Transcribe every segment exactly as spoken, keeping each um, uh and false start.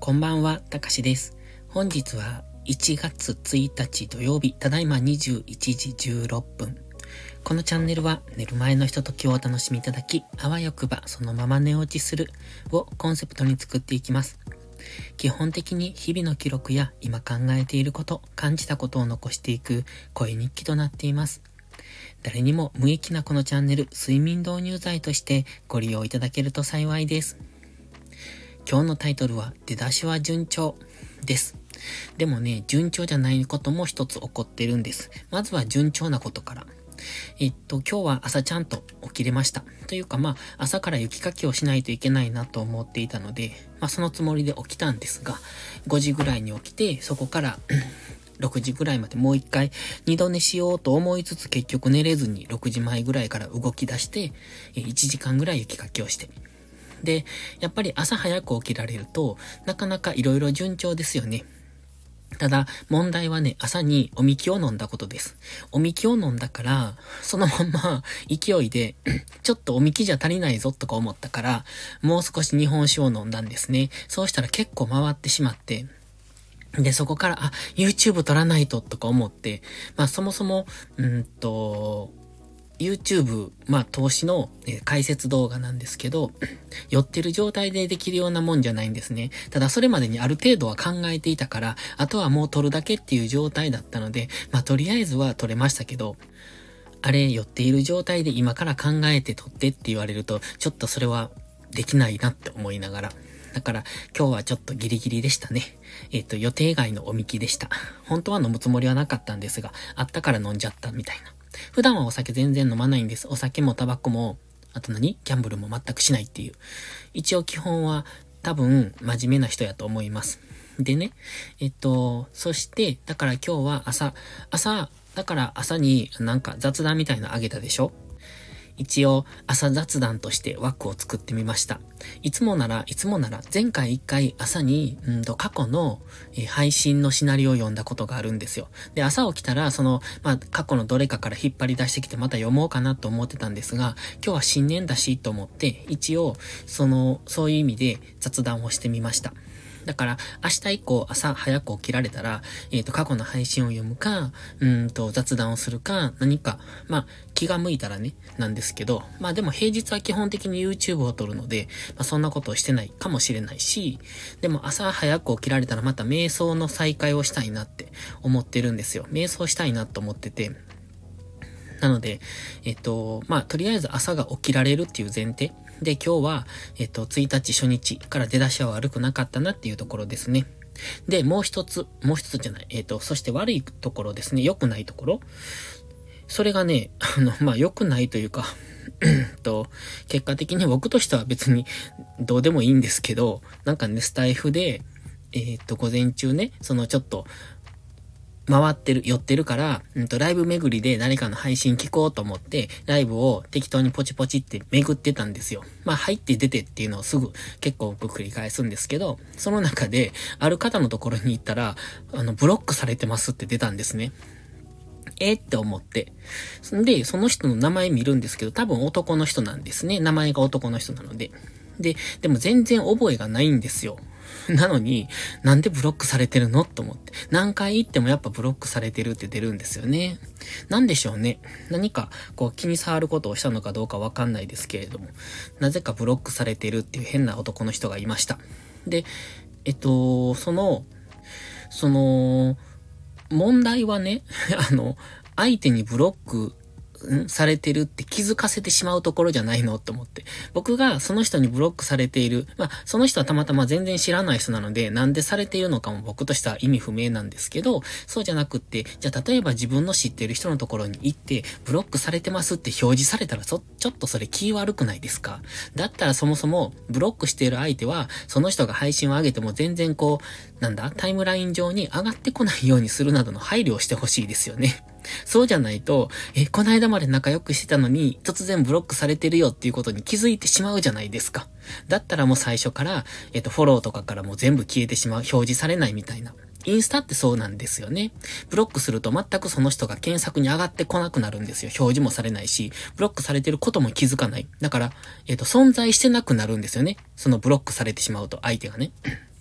こんばんは、たかしです。本日はいちがつついたち土曜日、ただいまにじゅういちじじゅうろっぷん。このチャンネルは寝る前のひとときをお楽しみいただき、あわよくばそのまま寝落ちするをコンセプトに作っていきます。基本的に日々の記録や今考えていること、感じたことを残していく声日記となっています。誰にも無益なこのチャンネル、睡眠導入剤としてご利用いただけると幸いです。今日のタイトルは出だしは順調です。でもね、順調じゃないことも一つ起こってるんです。まずは順調なことから。えっと、今日は朝ちゃんと起きれました。というかまあ、朝から雪かきをしないといけないなと思っていたので、まあそのつもりで起きたんですが、ごじぐらいに起きて、そこからろくじぐらいまでもう一回二度寝しようと思いつつ結局寝れずにろくじまえぐらいから動き出して、いちじかんぐらい雪かきをして、で、やっぱり朝早く起きられると、なかなかいろいろ順調ですよね。ただ、問題はね、朝におみきを飲んだことです。おみきを飲んだから、そのまんま勢いで、ちょっとおみきじゃ足りないぞとか思ったから、もう少し日本酒を飲んだんですね。そうしたら結構回ってしまって、で、そこから、あ、YouTube 撮らないととか思って、まあそもそも、うんと、YouTube、まあ投資の、えー、解説動画なんですけど、酔ってる状態でできるようなもんじゃないんですね。ただそれまでにある程度は考えていたから、あとはもう撮るだけっていう状態だったので、まあとりあえずは撮れましたけど、あれ酔っている状態で今から考えて撮ってって言われると、ちょっとそれはできないなって思いながら。だから今日はちょっとギリギリでしたね。えっと予定外のおみきでした。本当は飲むつもりはなかったんですが、あったから飲んじゃったみたいな。普段はお酒全然飲まないんです。お酒もタバコも、あと何？ギャンブルも全くしないっていう。一応基本は多分真面目な人やと思います。でね、えっと、そして、だから今日は朝、朝、だから朝になんか雑談みたいなのあげたでしょ？一応朝雑談として枠を作ってみました。いつもなら、いつもなら前回一回朝に、うんと過去の、えー、配信のシナリオを読んだことがあるんですよ。で、朝起きたらその、まあ過去のどれかから引っ張り出してきてまた読もうかなと思ってたんですが、今日は新年だしと思って一応その、そういう意味で雑談をしてみました。だから、明日以降朝早く起きられたら、えっと、過去の配信を読むか、うんと、雑談をするか、何か、まあ、気が向いたらね、なんですけど、まあでも平日は基本的に YouTube を撮るので、まあそんなことをしてないかもしれないし、でも朝早く起きられたらまた瞑想の再開をしたいなって思ってるんですよ。瞑想したいなと思ってて、なので、えっと、まあ、とりあえず朝が起きられるっていう前提。で、今日は、えっと、ついたち初日から出だしは悪くなかったなっていうところですね。で、もう一つ、もう一つじゃない。えっと、そして悪いところですね。良くないところ。それがね、あの、まあ、良くないというか、と、結果的に僕としては別にどうでもいいんですけど、なんかね、スタイフで、えっと、午前中ね、そのちょっと、回ってる、寄ってるから、うんと、ライブ巡りで誰かの配信聞こうと思って、ライブを適当にポチポチって巡ってたんですよ。まあ、入って出てっていうのをすぐ結構僕繰り返すんですけど、その中で、ある方のところに行ったら、あの、ブロックされてますって出たんですね。えー、って思って。で、その人の名前見るんですけど、多分男の人なんですね。名前が男の人なので。で、でも全然覚えがないんですよ。なのに、なんでブロックされてるのと思って。何回行ってもやっぱブロックされてるって出るんですよね。なんでしょうね。何か、こう気に障ることをしたのかどうかわかんないですけれども、なぜかブロックされてるっていう変な男の人がいました。で、えっと、その、その、問題はね、あの、相手にブロック、んされてるって気づかせてしまうところじゃないのと思って。僕がその人にブロックされている。まあ、その人はたまたま全然知らない人なので、なんでされているのかも僕としては意味不明なんですけど、そうじゃなくって、じゃあ例えば自分の知っている人のところに行って、ブロックされてますって表示されたらそ、ちょっとそれ気悪くないですか？だったらそもそも、ブロックしている相手は、その人が配信を上げても全然こう、なんだ、タイムライン上に上がってこないようにするなどの配慮をしてほしいですよね。そうじゃないと、え、この間まで仲良くしてたのに、突然ブロックされてるよっていうことに気づいてしまうじゃないですか。だったらもう最初から、えっと、フォローとかからもう全部消えてしまう、表示されないみたいな。インスタってそうなんですよね。ブロックすると全くその人が検索に上がってこなくなるんですよ。表示もされないし、ブロックされてることも気づかない。だから、えっと、存在してなくなるんですよね。そのブロックされてしまうと、相手がね。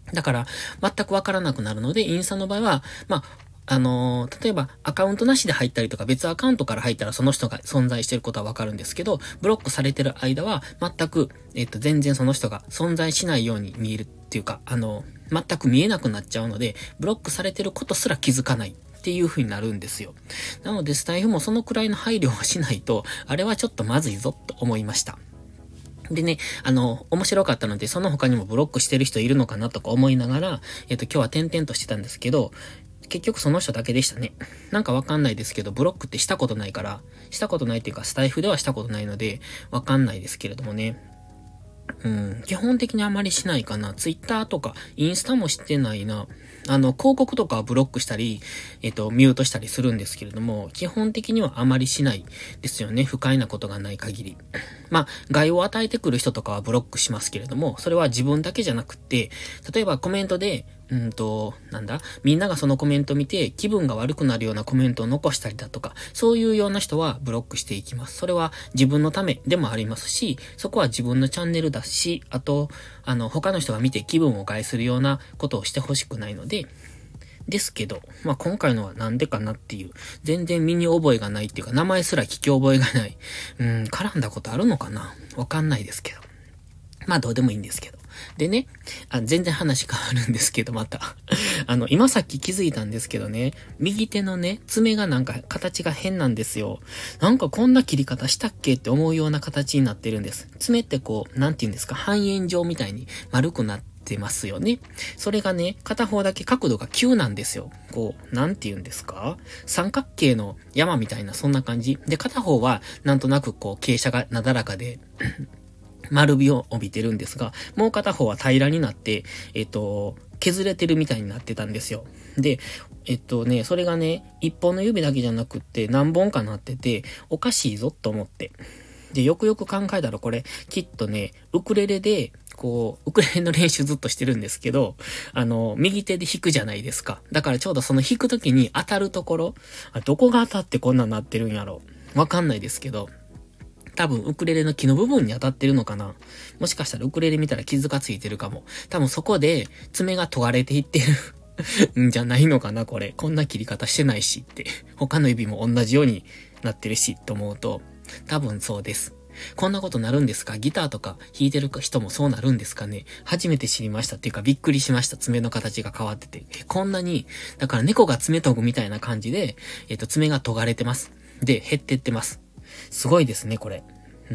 だから、全くわからなくなるので、インスタの場合は、まあ、あのー、例えばアカウントなしで入ったりとか別アカウントから入ったらその人が存在していることはわかるんですけど、ブロックされてる間は全く、えっと、全然その人が存在しないように見えるっていうか、あのー、全く見えなくなっちゃうので、ブロックされてることすら気づかないっていう風になるんですよ。なので、スタイフもそのくらいの配慮をしないと、あれはちょっとまずいぞと思いました。でね、あの、面白かったので、その他にもブロックしてる人いるのかなとか思いながら、えっと、今日は点々としてたんですけど、結局その人だけでしたね。なんかわかんないですけど、ブロックってしたことないから、したことないっていうか、スタイフではしたことないので、わかんないですけれどもね。うん、基本的にあまりしないかな。ツイッターとか、インスタもしてないな。あの、広告とかはブロックしたり、えっと、ミュートしたりするんですけれども、基本的にはあまりしないですよね。不快なことがない限り。まあ、害を与えてくる人とかはブロックしますけれども、それは自分だけじゃなくって、例えばコメントで、うんと、なんだみんながそのコメントを見て気分が悪くなるようなコメントを残したりだとか、そういうような人はブロックしていきます。それは自分のためでもありますし、そこは自分のチャンネルだし、あと、あの、他の人が見て気分を害するようなことをしてほしくないので、ですけど、まあ、今回のはなんでかなっていう、全然身に覚えがないっていうか、名前すら聞き覚えがない。うん、絡んだことあるのかなわかんないですけど。まあ、どうでもいいんですけど。でね、あ全然話変わるんですけど、また。あの、今さっき気づいたんですけどね、右手のね、爪がなんか形が変なんですよ。なんかこんな切り方したっけって思うような形になってるんです。爪ってこう、なんて言うんですか、半円状みたいに丸くなって、てますよね。それがね、片方だけ角度が急なんですよ。こう、なんて言うんですか？三角形の山みたいなそんな感じ。で、片方はなんとなくこう、傾斜がなだらかで、丸みを帯びてるんですが、もう片方は平らになって、えっと、削れてるみたいになってたんですよ。で、えっとね、それがね、一本の指だけじゃなくって何本かなってて、おかしいぞと思って。で、よくよく考えたらこれ、きっとね、ウクレレで、こう、ウクレレの練習ずっとしてるんですけど、あの、右手で弾くじゃないですか。だからちょうどその弾くときに当たるところ、どこが当たってこんなになってるんやろ。わかんないですけど、多分ウクレレの木の部分に当たってるのかな。もしかしたらウクレレ見たら傷がついてるかも。多分そこで爪が研がれていってるんじゃないのかな、これ。こんな切り方してないしって。他の指も同じようになってるし、と思うと、多分そうです。こんなことなるんですか？ギターとか弾いてる人もそうなるんですかね？初めて知りましたっていうかびっくりしました。爪の形が変わってて。こんなに、だから猫が爪研ぐみたいな感じで、えっと、爪が研がれてます。で、減ってってます。すごいですね、これ。うん。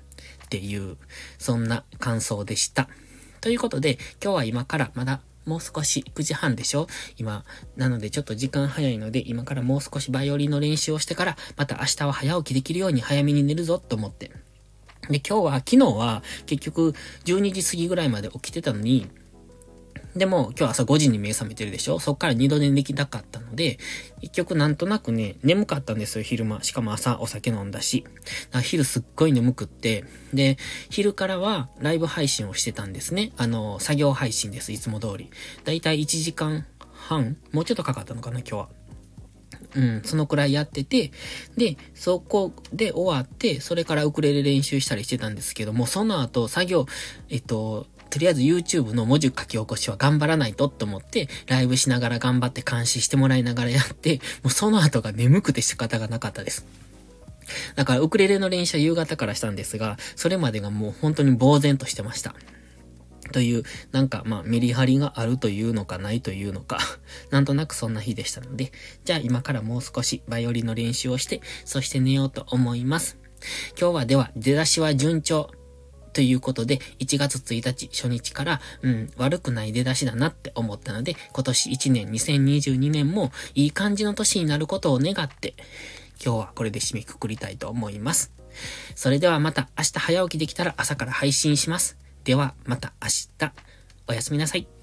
っていう、そんな感想でした。ということで、今日は今からまだもう少しくじはんでしょ今。なのでちょっと時間早いので、今からもう少しバイオリンの練習をしてから、また明日は早起きできるように早めに寝るぞと思って。で、今日は、昨日は結局じゅうにじ過ぎぐらいまで起きてたのに、でも今日朝ごじに目覚めてるでしょ？そっから二度寝できなかったので、結局なんとなくね、眠かったんですよ、昼間。しかも朝お酒飲んだし。だ昼すっごい眠くって、で、昼からはライブ配信をしてたんですね。あの、作業配信です、いつも通り。だいたいいちじかんはん？もうちょっとかかったのかな、今日は。うん、そのくらいやってて、で、そこで終わって、それからウクレレ練習したりしてたんですけども、その後、作業、えっと、とりあえず YouTube の文字書き起こしは頑張らないとと思って、ライブしながら頑張って監視してもらいながらやって、もうその後が眠くて仕方がなかったです。だからウクレレの練習は夕方からしたんですが、それまでがもう本当に呆然としてました。という、なんかまあメリハリがあるというのかないというのか、なんとなくそんな日でしたので、じゃあ今からもう少しバイオリンの練習をして、そして寝ようと思います。今日はでは出だしは順調。ということで、いちがつついたち初日から、うん、悪くない出だしだなって思ったので、今年いちねん、にせんにじゅうにねんもいい感じの年になることを願って、今日はこれで締めくくりたいと思います。それではまた明日早起きできたら朝から配信します。ではまた明日、おやすみなさい。